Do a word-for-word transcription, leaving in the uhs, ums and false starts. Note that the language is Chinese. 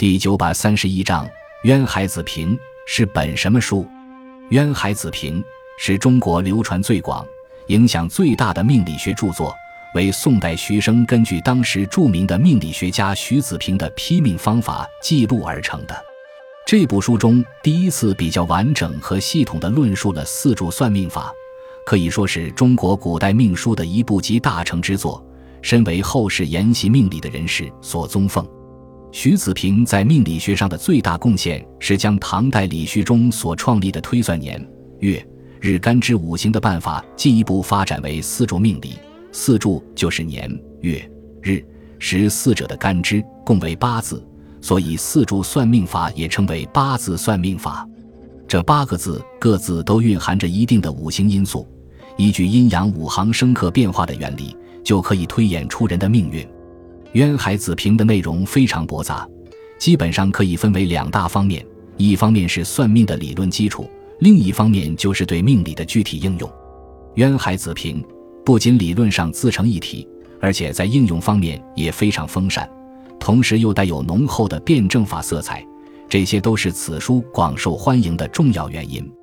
第九百三十一章渊海子平是本什么书？渊海子平是中国流传最广、影响最大的命理学著作，为宋代徐生根据当时著名的命理学家徐子平的批命方法记录而成的。这部书中第一次比较完整和系统地论述了四柱算命法，可以说是中国古代命书的一部集大成之作，深为后世研习命理的人士所宗奉。徐子平在命理学上的最大贡献是将唐代理序中所创立的推算年、月、日干支五行的办法进一步发展为四柱命理。四柱就是年、月、日、时四者的干支，共为八字，所以四柱算命法也称为八字算命法。这八个字各自都蕴含着一定的五行因素，依据阴阳五行生克变化的原理，就可以推演出人的命运。渊海子平的内容非常博杂，基本上可以分为两大方面，一方面是算命的理论基础，另一方面就是对命理的具体应用。渊海子平不仅理论上自成一体，而且在应用方面也非常丰善，同时又带有浓厚的辩证法色彩，这些都是此书广受欢迎的重要原因。